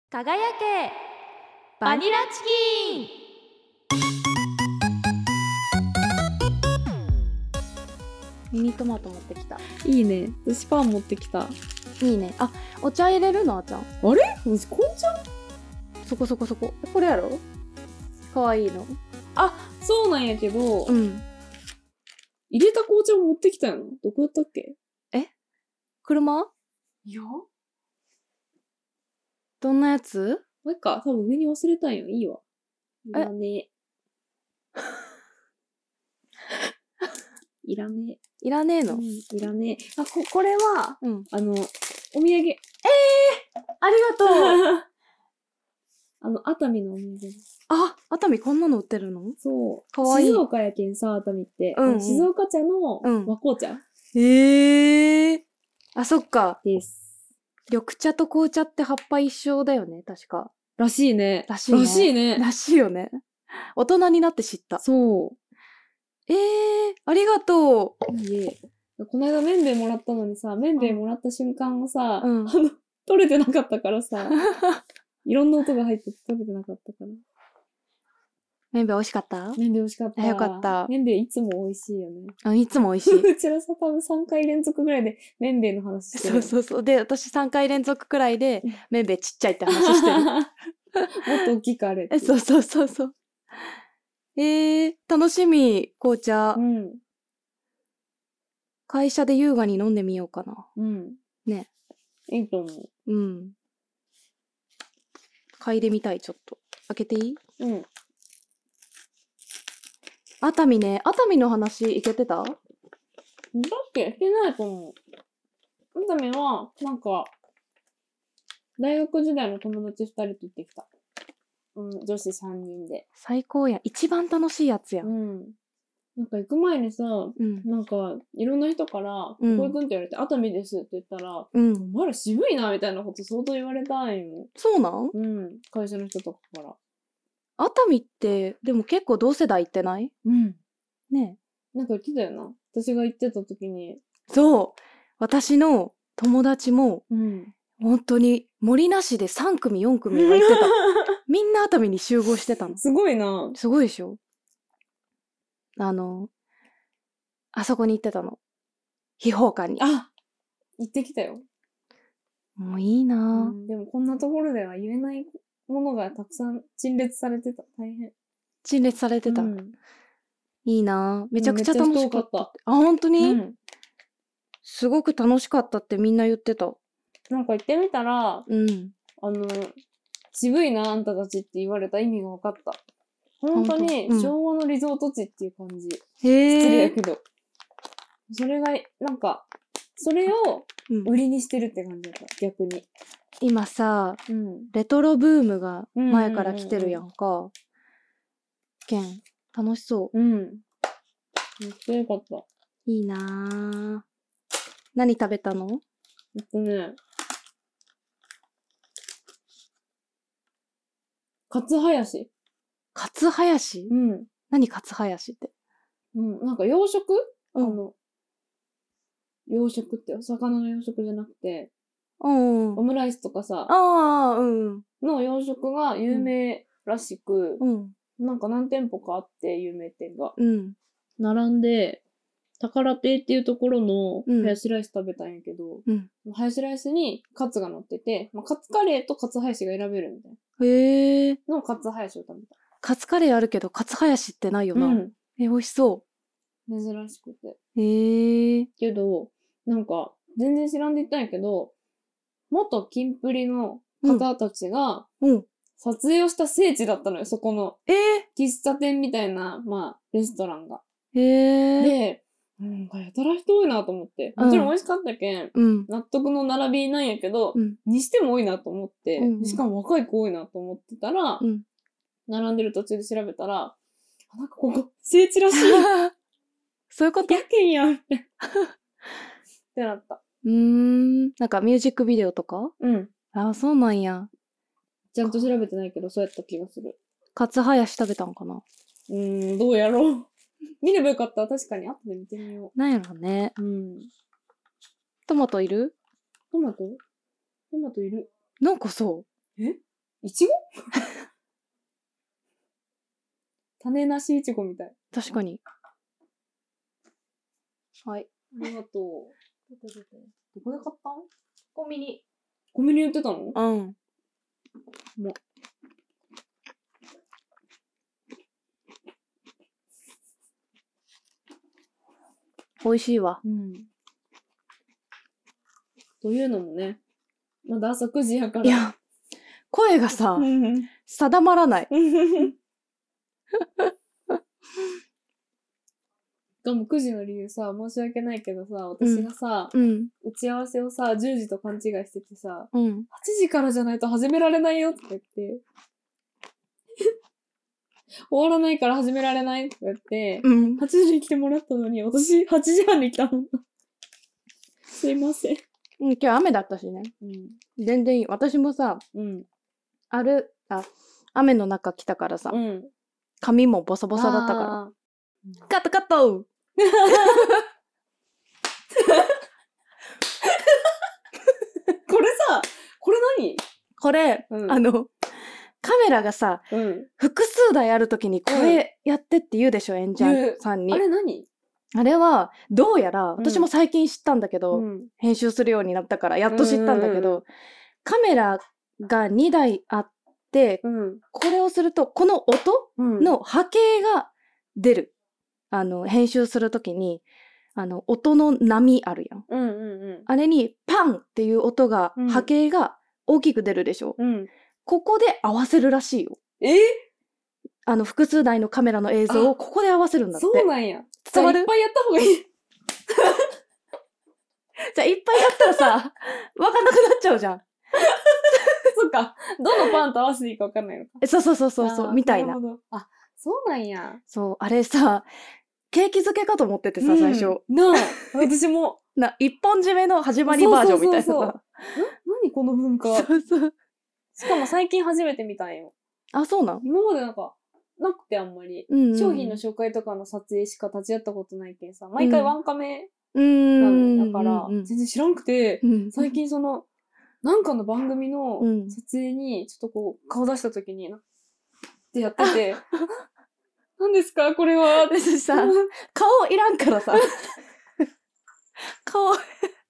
輝けバニラチキン。ミニトマト持ってきた。 いいね。私パン持ってきた。 いいね。あ、お茶入れるのあちゃん。 あれ？紅茶？ そこ。これやろ？かわいいの。 あ、そうなんやけど、 うん。 入れた紅茶を持ってきたよな。どこやったっけ？ 車？ いや。 どんなやつ？ もう一回、多分上に忘れたんよ。いいわ。いらねえ。いらねえ。 いらねえの？ いらねえ。あ、これは、 うん。 お土産。 ありがとう。 熱海のお土産です。 あ、熱海こんなの売ってるの？ そう。 かわいい。 静岡やけんさ、熱海って。静岡茶の和紅茶。 あ、そっか。 です。 緑茶と紅茶って葉っぱ一緒だよね、確か。 らしいね。 らしいね。らしいよね。大人になって知った。 そう。 ありがとう。 いえ。この間麺べいもらったのにさ、麺べいもらった瞬間をさ、 うん、 取れてなかったからさ、いろんな音が入って取れてなかったから。 麺べい美味しかった？ 麺べい美味しかった。 よかった。 麺べいいつも美味しいよね。 いつも美味しい。 うちらさ、多分3回連続ぐらいで麺べいの話してる。 そう。で、私3回連続くらいで、麺べいちっちゃいって話してる。 もっと大きくあれって。 そう。楽しみ、紅茶。 うん。 会社で優雅に飲んでみようかな。 うん。 ね。 いいと思う。 うん。嗅いでみたい、ちょっと。開けていい？ うん。 熱海ね。熱海の話いけてた？ だっけ？してないと思う。熱海は、なんか、大学時代の友達2人と行ってきた。女子3人で。 最高や。一番楽しいやつや。 なんか行く前にさ、なんか、いろんな人から、ここ行くんって言われて、熱海ですって言ったら、お前ら渋いな、みたいなこと相当言われたんよ。 そうなん？ 会社の人とかから。 熱海って、でも結構同世代行ってない？ね。 なんか言ってたよな。私が行ってた時に。 そう。私の友達も、本当に森なしで3組4組は行ってた。みんな熱海に集合してたの。 すごいな。 すごいでしょ？あそこに行ってたの。秘宝館に。 あ、行ってきたよ。 もういいなでもこんなところでは言えないものがたくさん陳列されてた。大変。 陳列されてた。いいなめちゃくちゃ楽しかった。あ、本当に？すごく楽しかったってみんな言ってた。 なんか行ってみたら、渋いなあんたたちって言われた意味が分かった。本当に昭和のリゾート地っていう感じ。失礼やけど。それが、なんか、それを売りにしてるって感じだった、逆に。 今さ、レトロブームが前から来てるやんか。けん、楽しそう。 めっちゃよかった。 いいなぁ。何食べたの？ カツハヤシ。 カツハヤシ？何カツハヤシって？ なんか養殖？養殖ってお魚の養殖じゃなくて、オムライスとかさ、の養殖が有名らしく、なんか何店舗かあって有名店が。並んで、宝亭っていうところのハヤシライス食べたんやけど、ハヤシライスにカツが乗ってて、カツカレーとカツハヤシが選べるみたいな。のカツハヤシを食べた。 カツカレーあるけど、カツハヤシってないよな。美味しそう。 珍しくて。けど、なんか、全然知らんで言ったんやけど、元キンプリの方たちが、撮影をした聖地だったのよ、そこの。喫茶店みたいな、レストランが。で、なんかやたら人多いなと思って。もちろん美味しかったけん、納得の並びなんやけど、にしても多いなと思って、しかも若い子多いなと思ってたら、並んでる途中で調べたら、なんかここ、聖地らしい。 そういうこと？ やけんやんって。ってなった。 なんかミュージックビデオとか？あ、そうなんや。 ちゃんと調べてないけど、そうやった気がする。 カツハヤシ食べたんかな？ どうやろう。見ればよかった。確かに。後で見てみよう。なんやろね。トマトいる？ トマトいる。 なんかそう。 いちご種なしいちごみたい。 確かに。はい。 ありがとう。どこで買ったの？ コンビニ。 コンビニ売ってたの？ うん。美味しいわ。 うん。というのもね、まだ朝9時やから。 いや、声がさ、定まらない。 でも9時の理由さ、申し訳ないけどさ、私がさ、打ち合わせをさ、10時と勘違いしててさ、8時からじゃないと始められないよって言って、終わらないから始められないって言って、8時に来てもらったのに、私8時半に来たの。すいません。 今日雨だったしね。全然いい。私もさ、雨の中来たからさ、髪もボサボサだったから。カットカットこれさ、これ何？ これ、カメラがさ、複数台あるときにこれやってって言うでしょ、演者さんに。 あれ何？ あれは、どうやら、私も最近知ったんだけど、編集するようになったから、やっと知ったんだけど、カメラが2台あって、これをすると、この音の波形が出る。編集するときに、音の波あるやん。あれに、パンっていう音が、波形が大きく出るでしょ。ここで合わせるらしいよ。複数台のカメラの映像をここで合わせるんだって。 そうなんや。 伝わる？ いっぱいやった方がいい。 じゃあいっぱいやったらさ、わかんなくなっちゃうじゃん。 そっか。どのパンと合わせていいかわかんないのか。 そう、みたいな。 あ、そうなんや。 そう、あれさ、ケーキ漬けかと思っててさ、最初。 私も。 一本締めの始まりバージョンみたいなさ。 何この文化。そうそう。しかも最近初めて見たんよ。 あ、そうなん？ 今までなんか、なくてあんまり。商品の紹介とかの撮影しか立ち会ったことないけんさ、毎回ワンカメなのだから、全然知らんくて、最近なんかの番組の撮影に、ちょっとこう、顔出した時に、ってやってて、何ですかこれは。 私さ、顔いらんからさ。顔。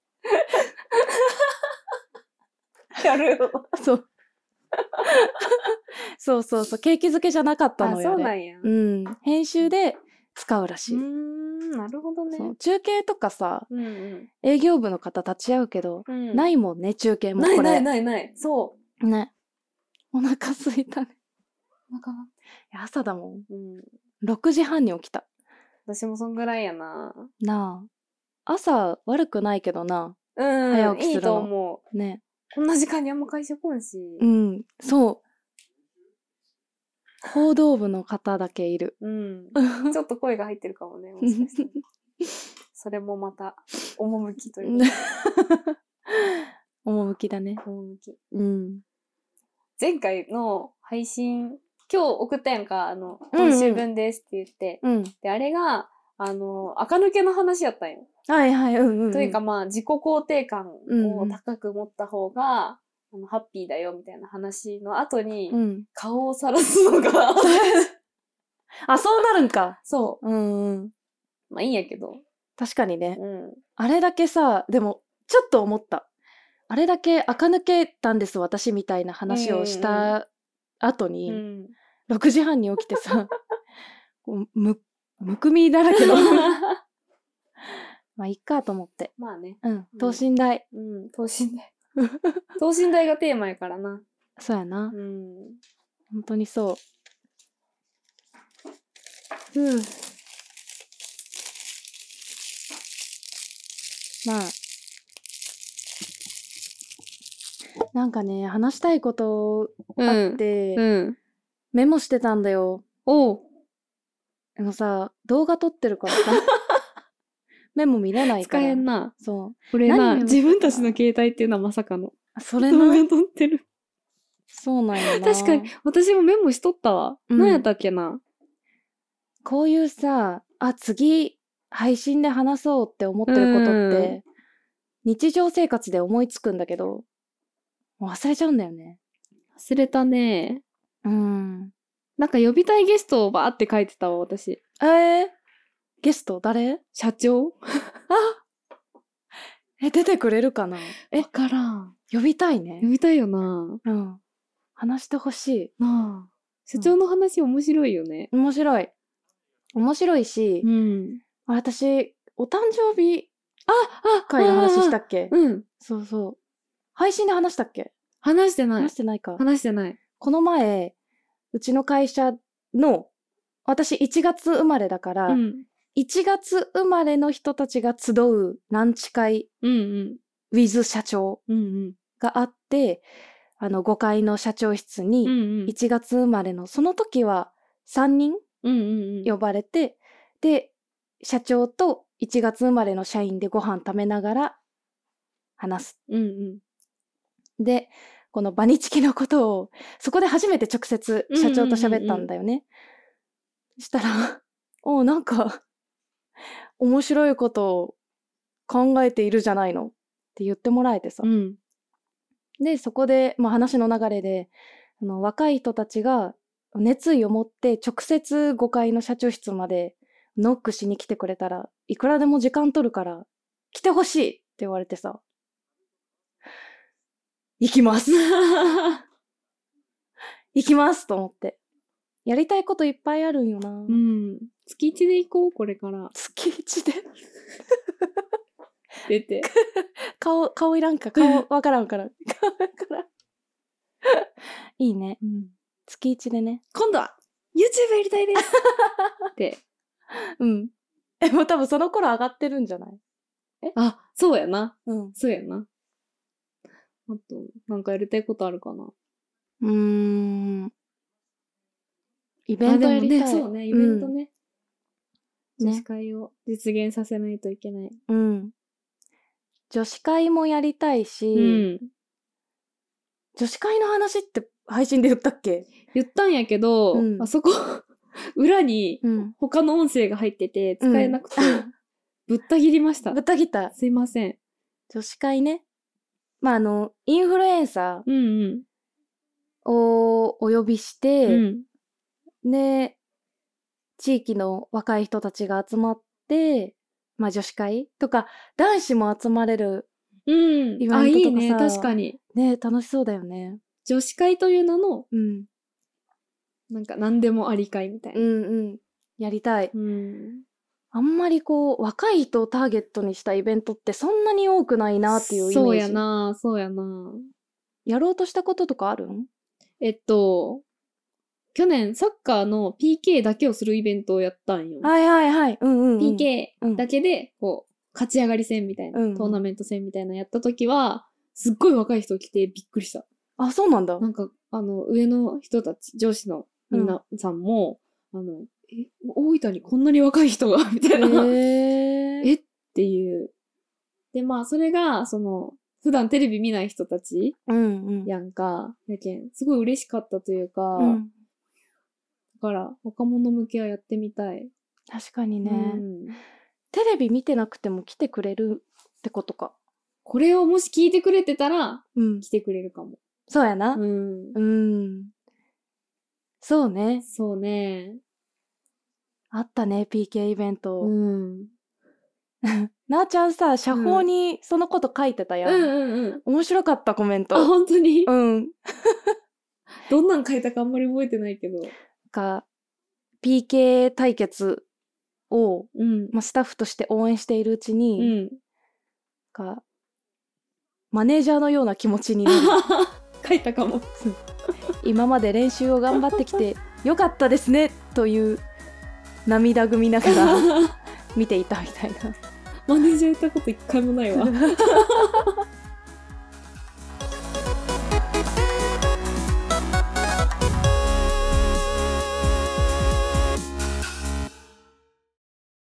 やるよ。 そう。そう、ケーキ漬けじゃなかったのよ。 そうなんや。 編集で使うらしい。 なるほどね。 中継とかさ、営業部の方立ち会うけど、ないもんね、中継もこれ。 ない。そう。 ね。お腹すいたね。 お腹朝だもん。6時半に起きた。 私もそんぐらいやな。 なあ。朝悪くないけどな。早起きするの。いいと思う。 ね。 こんな時間にあんま会社来んし。 そう。報道部の方だけいる。 ちょっと声が入ってるかもね。もしかしたらそれもまた、趣というか。 趣だね。 趣。前回の配信、今日送ったやんか、今週分ですって言って。で、あれが、垢抜けの話やったんよ。 はいはい、 というかまあ、自己肯定感を高く持った方が、ハッピーだよみたいな話の後に、顔を晒すのがあ、そうなるんか。 そう。まあいいんやけど。 確かにね。あれだけさ、でも、ちょっと思った。あれだけ垢抜けたんです私みたいな話をした後に、6時半に起きてさ、むくみだらけのまあいっかと思って。 まあね。 等身大。 等身大。等身大がテーマやからな。 そうやな。本当にそう。まあ。なんかね、話したいことあって、メモしてたんだよ。でもさ、動画撮ってるからさ、メモ見れないから。 使えんな。 そう。 これな、自分たちの携帯っていうのはまさかの。 それな。 動画撮ってる。 そうなんやな。 確かに、私もメモしとったわ。何やったっけな。 こういうさ、次、配信で話そうって思ってることって、日常生活で思いつくんだけど、もう忘れちゃうんだよね。 忘れたね。 なんか呼びたいゲストをバーって書いてたわ、私。 ゲスト誰？ 社長？ 出てくれるかな？ わからん。 呼びたいね。 呼びたいよな。 話してほしい。 社長の話面白いよね。 面白いし、私、お誕生日会の話したっけ？そうそう。配信で話したっけ？ 話してない。 話してないか。 話してない。 この前、うちの会社の、私1月生まれだから、1月生まれの人たちが集うランチ会、with 社長があって、5階の社長室に1月生まれの、その時は3人呼ばれて、で、社長と1月生まれの社員でご飯食べながら話す。で、このバニチキのことを、そこで初めて直接社長と喋ったんだよね。したら、なんか、面白いことを考えているじゃないのって言ってもらえてさ。で、そこで、話の流れで、若い人たちが熱意を持って直接5階の社長室までノックしに来てくれたらいくらでも時間取るから来てほしいって言われてさ、行きます行きますと思って。やりたいこといっぱいあるんよな。 月1で行こう、これから。 月1で出て。 顔いらんか、顔わからんから。いいね。月1でね。 今度は YouTube やりたいですって。 もう多分その頃上がってるんじゃない？ そうやな。そうやな。あと、なんかやりたいことあるかな？ イベントやりたい。 そうね、イベントね。女子会を実現させないといけない。 女子会もやりたいし、女子会の話って配信で言ったっけ？ 言ったんやけど、あそこ、裏に他の音声が入ってて使えなくて、ぶった切りました。 ぶった切った。 すいません。 女子会ね。インフルエンサーをお呼びして、で、地域の若い人たちが集まって、女子会とか、男子も集まれるイベントとかさ、 いいね、確かに。 ね、楽しそうだよね。 女子会という名の、なんか何でもあり会みたいな。 やりたい。あんまり若い人をターゲットにしたイベントってそんなに多くないなっていうイメージ。 そうやな。 やろうとしたこととかあるん？ 去年サッカーの PK だけをするイベントをやったんよ。PK だけで、勝ち上がり戦みたいな、トーナメント戦みたいなやった時は、すっごい若い人来てびっくりした。 そうなんだ。 なんか、上の人たち、上司の皆さんも、大分にこんなに若い人がみたいな。っていう。で、それが、普段テレビ見ない人たちやんか。やけん、すごい嬉しかったというか、だから、若者向けはやってみたい。 確かにね。テレビ見てなくても来てくれるってことか。 これをもし聞いてくれてたら、来てくれるかも。 そうやな。そうね。 そうね。 あったね、PK イベント。なあちゃんさ、社報にそのこと書いてたやん。面白かったコメント。 本当に？どんなん書いたかあんまり覚えてないけど。 PK 対決を、スタッフとして応援しているうちに、マネージャーのような気持ちになる。 書いたかも。 今まで練習を頑張ってきてよかったですねという涙ぐみながら見ていたみたいな。 マネージャーやったこと一回もないわ。